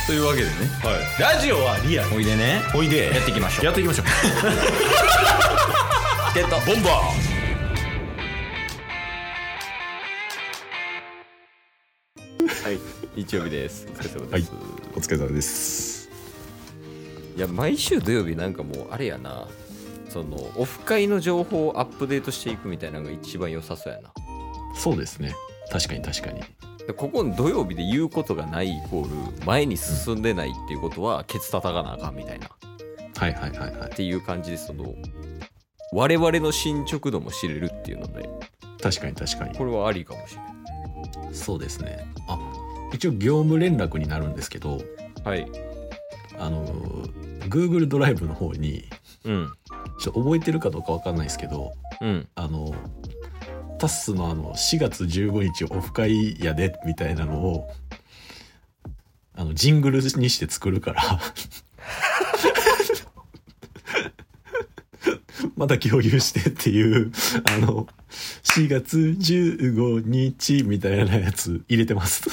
というわけでね、 はい、ラジオはリアル。 おいでね、 おいでやっていきましょう。 やっていきましょうゲットボンバはい、日曜日です。お疲れ様ー。はいです。 お疲れ様です。 いや、毎週土曜日なんかもうあれやな、そのオフ会の情報をアップデートしていくみたいなのが一番良さそうやな。 そうですね、確かに確かに。 でここの土曜日で言うことがないイコール前に進んでないっていうことはケツ叩かなあかんみたいなはいはいはいはい。 っていう感じで、その我々の進捗度も知れるっていうので、 確かに確かに。 これはありかもしれない。 そうですね。あ、一応業務連絡になるんですけど、 はい。 Google ドライブの方にうんちょっと覚えてるかどうかわかんないですけど、 うんタッスの4月15日オフ会やでみたいなのをジングルにして作るからまた共有してっていう4月15日みたいなやつ入れてます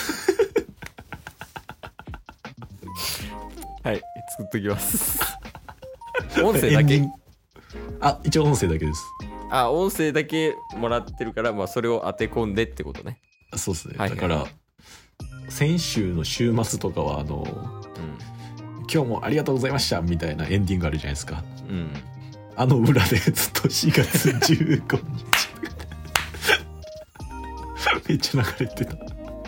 はい、作っときます音声だけ。 あ、一応音声だけです。 あ、音声だけもらってるから、まあそれを当て込んでってことね。 そうですね、 はいはいだから先週の週末とかは今日もありがとうございましたみたいなエンディングあるじゃないですか。裏でずっと4月15日めっちゃ流れてた。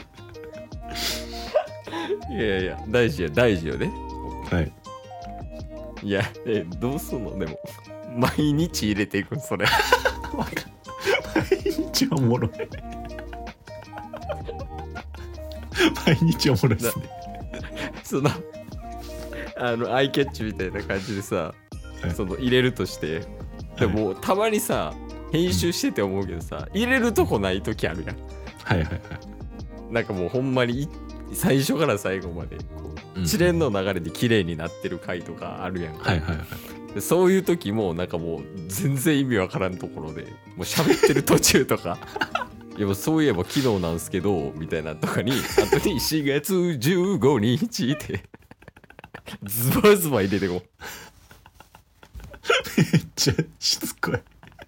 いやいや、大事よね。 はい。 いや、どうすんのでも毎日入れていくんそれ毎日おもろい毎日おもろいですね。 そのアイキャッチみたいな感じでさ、 はい、 その入れるとして、でも、たまにさ編集してて思うけどさ、入れるとこない時あるやん。 はいはいはい。 なんかもうほんまに最初から最後までこう一連の流れで綺麗になってる回とかあるやんか。 はいはいはい。 でそういう時もなんかもう全然意味わからんところでもう喋ってる途中とかいやそういえば昨日なんすけどみたいなとかに後に4月15日ってズバズバ入れてこめっちゃしつこい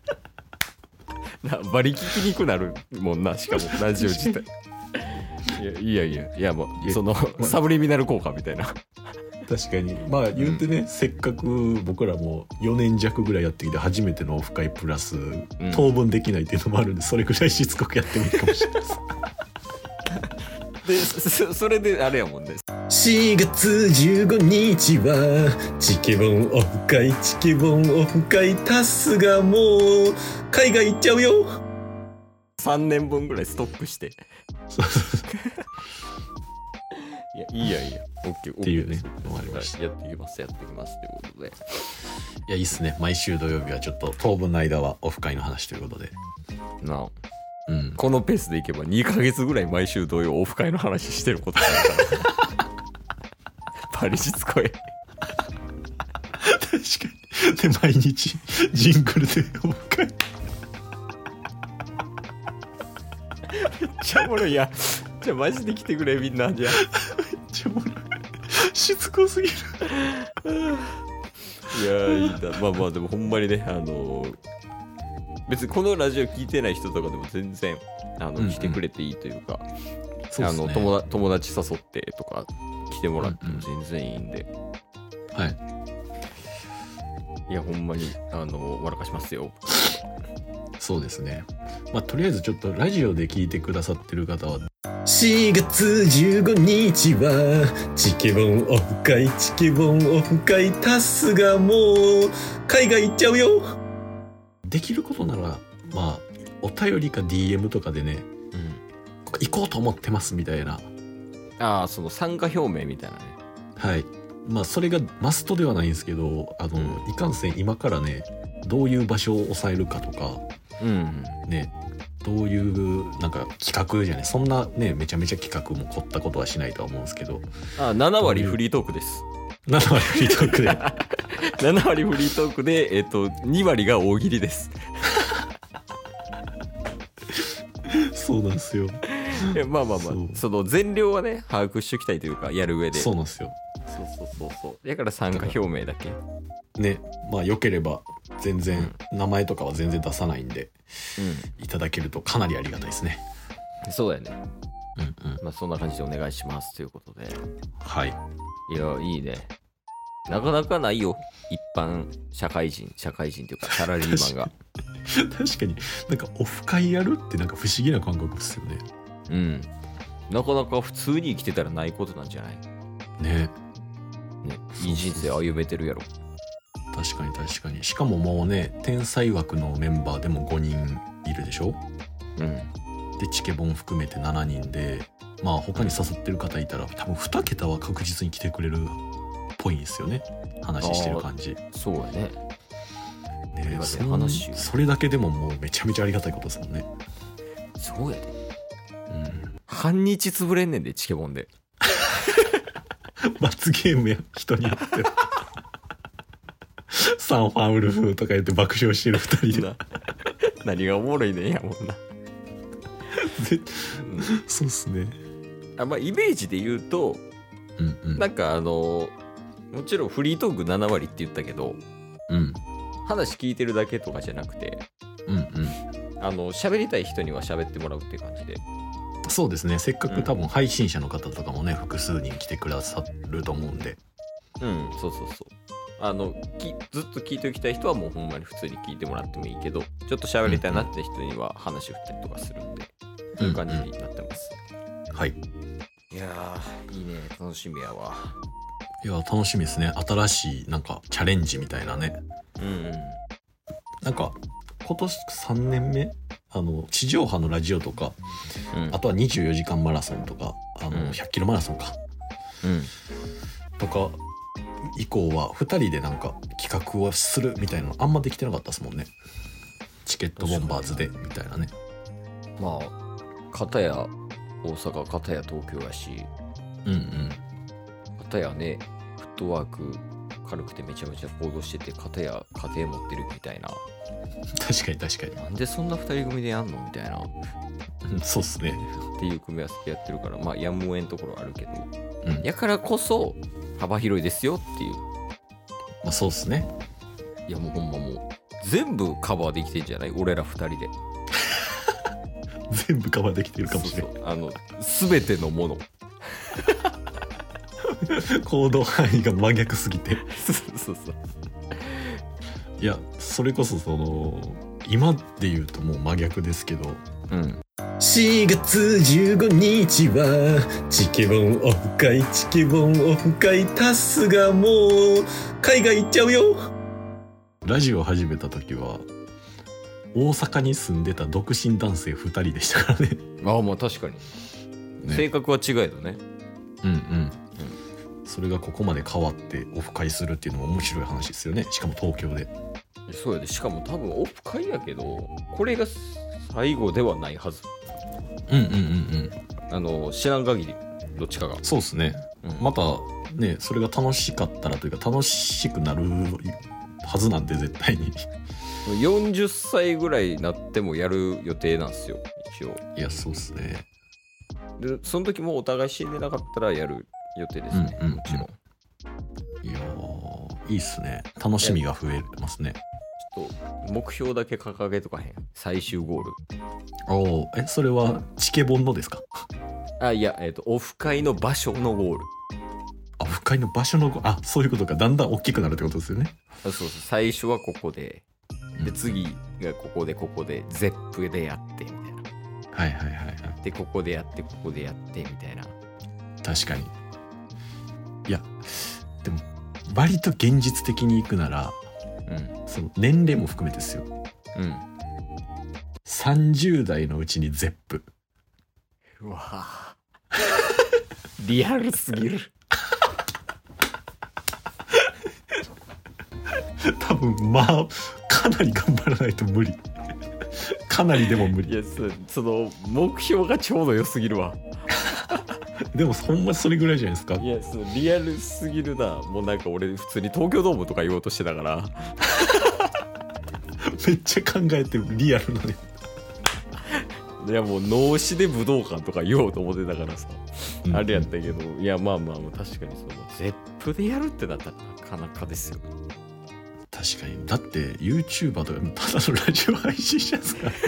バリ聞きにくくなるもんな。しかもラジオ自体いやもうそのサブリミナル効果みたいな。 確かにまあ言うてね、せっかく僕らも4年弱ぐらいやってきて初めてのオフ会プラス当分できないっていうのもあるんで、それぐらいしつこくやってもいいかもしれないですでそれであれやもんね。 4月15日はチケボンオフ会、チケボンオフ会、タスがもう海外行っちゃうよ。 3年分ぐらいストックしていやいいや OK っていうねのもありました。 やっていきますということで、 いやいいっすね。毎週土曜日はちょっと当分の間はオフ会の話ということでなあ、このペースでいけば2ヶ月ぐらい毎週土曜オフ会の話してることになるからパリしつこい確かに。で毎日ジングルでオフ会めっちゃおもろいや。じゃあマジで来てくれみんな。じゃあめっちゃおもろい。しつこすぎるいやいいんだ。まあでもほんまにね、別にこのラジオ聞いてない人とかでも全然来てくれていいというか、 そうですね、 友達誘ってとか来てもらっても全然いいんで、 はい。 いやほんまに笑かしますよ。 そうですね。まあとりあえずちょっとラジオで聞いてくださってる方は4月15日はチケボンオフ会、チケボンオフ会、タスがもう海外行っちゃうよ。できることならまあお便りか DM とかでね、行こうと思ってますみたいな、 その参加表明みたいなね。はい。 まあそれがマストではないんですけど、いかんせん今からねどういう場所を抑えるかとか、ね、どういうなんか企画じゃない、そんなねめちゃめちゃ企画も凝ったことはしないとは思うんですけど、 7割フリートークです。 7割フリートークで 7割フリートークで2割が大喜利ですそうなんですよ。 まあまあまあそうその全量はね把握しときたいというかやる上でそうなんですよだから参加表明だけね。まあ良ければ全然名前とかは全然出さないんで、いただけるとかなりありがたいですね。 そうやね。 うんうん。 まあそんな感じでお願いしますということで。 はい。 いやいいね。なかなかないよ一般社会人というかサラリーマンが。 確かになんかオフ会やるってなんか不思議な感覚ですよね。 うん。なかなか普通に生きてたらないことなんじゃないね。 いい人生歩めてるやろ。 確かに確かに。しかももうね、天才枠のメンバーでも5人いるでしょ。 うんでチケボン含めて7人で、まあ他に誘ってる方いたら多分2桁は確実に来てくれるっぽいんですよね、話してる感じ。 そうやね。 ね、 話それだけでももうめちゃめちゃありがたいことですもんね。 そうやで。 うん。 半日潰れんねんでチケボンで。 罰ゲームや人によってはサンファンウルフとか言って爆笑してる2人で何がおもろいねんやもんな。 そうっすね。 まあイメージで言うと、 うんうん。 なんかもちろんフリートーク7割って言ったけど、 うん話聞いてるだけとかじゃなくて、 うんうん。 喋りたい人には喋ってもらうっていう感じで。 そうですね。せっかく多分配信者の方とかもね、複数人来てくださると思うんで。 そうずっと聞いておきたい人はもうほんまに普通に聞いてもらってもいいけど、ちょっと喋りたいなって人には話を振ったりとかするんで、そういう感じになってます。 はい。 いやーいいね、楽しみやわ。 いや楽しみですね。新しいなんかチャレンジみたいなね。なんか今年3年目、地上波のラジオとか、あとは24時間マラソンとか、100キロマラソンか、とか以降は2人でなんか企画をするみたいなのあんまできてなかったですもんね。チケットボンバーズでみたいなね。 まあ片や大阪片や東京やし、片やねフットワーク軽くてめちゃめちゃ行動してて、片や家庭持ってるみたいな。 確かに確かに。 なんでそんな2人組でやんのみたいな。 そうっすね。 っていう組み合わせでやってるから、まあやむをえんところあるけど、やからこそ幅広いですよっていう。 まあそうっすね。 いやもうほんまもう全部カバーできてんじゃない、俺ら2人で。 全部カバーできてるかもしれない。 全てのもの。 行動範囲が真逆すぎて。 そういやそれこそ今で言うともう真逆ですけど、4月15日はチケボンオフ会、チケボンオフ会、タスがもう海外行っちゃうよ。ラジオ始めた時は大阪に住んでた独身男性2人でしたからね。 まあ確かに、ね、性格は違えどね。 それがここまで変わってオフ会するっていうのも面白い話ですよね。しかも東京で。 そうやで。しかも多分オフ会やけどこれが最後ではないはず。知らん限りどっちかが。 そうですね、またねそれが楽しかったらというか楽しくなるはずなんで絶対に。 40歳ぐらいになってもやる予定なんですよ一応。 いやそうっすね。 でその時もお互い死んでなかったらやる予定ですね、もちろん。 いやいいっすね。楽しみが増えますね。 ちょっと目標だけ掲げとかへん。最終ゴール。 それはチケボンのですか？ いやオフ会の場所のゴール。 オフ会の場所のそういうことか。だんだん大きくなるってことですよね。 そう最初はここで、次がここでゼップでやってみたいな。でここでやってみたいな。 確かに。いやでも割と現実的にいくなら、その年齢も含めてですよ。30代のうちにゼップ。 うわリアルすぎる。 多分かなり頑張らないと無理。かなりでも無理。 いやその目標がちょうど良すぎるわ。 でもほんまそれぐらいじゃないですか。 いやリアルすぎるな。もうなんか俺普通に東京ドームとか言おうとしてたから。めっちゃ考えてる。リアルなね。 いやもう脳死で武道館とか言おうと思ってたからさ、あれやったけど、いやまあまあ確かにそのゼップでやるってなったらなかなかですよ。 確かに。だって YouTuber とかただのラジオ配信者ですから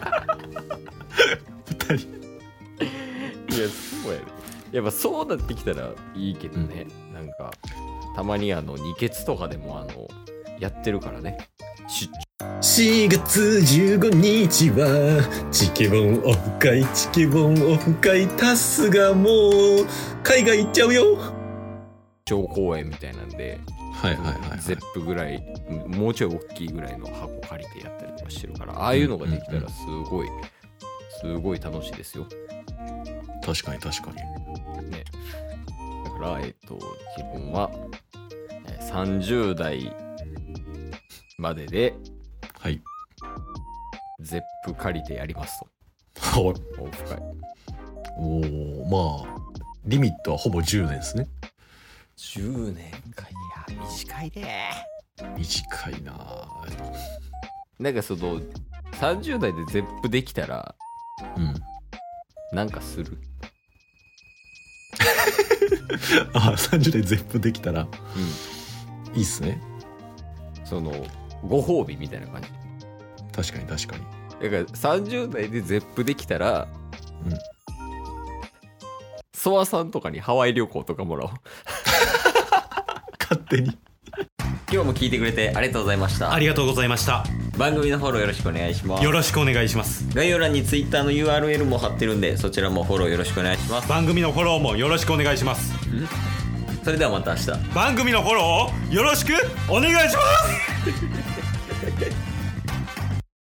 2人。 いやそうやで、やっぱそうなってきたらいいけどね、なんかたまに二血とかでもやってるからね。 4月15日はチケボンオフ会、チケボンオフ会、タスがもう海外行っちゃうよ。 小公演みたいなんで、 はいはいはい、はい、 ゼップぐらい、もうちょい大きいぐらいの箱借りてやったりとかしてるから、ああいうのができたらすごい楽しいですよ。 確かに確かにね。だから自分は30代までで、 はい、 ゼップ借りてやりますと。 はい。 オフ会。 おお、まあリミットはほぼ10年ですね。 10年か。いや短いね。 短いな。 なんかその30代でゼップできたら、なんかする。 あ、30代ゼップできたら、いいっすね。 そのご褒美みたいな感じ。 確かに確かに。 だから30代でゼップできたら、ソワさんとかにハワイ旅行とかもらおう。 勝手に。 今日も聞いてくれてありがとうございました。 ありがとうございました。 番組のフォローよろしくお願いします。 よろしくお願いします。 概要欄に Twitter の URL も貼ってるんで、そちらもフォローよろしくお願いします。 番組のフォローもよろしくお願いします。 それではまた明日。 番組のフォローをよろしくお願いします。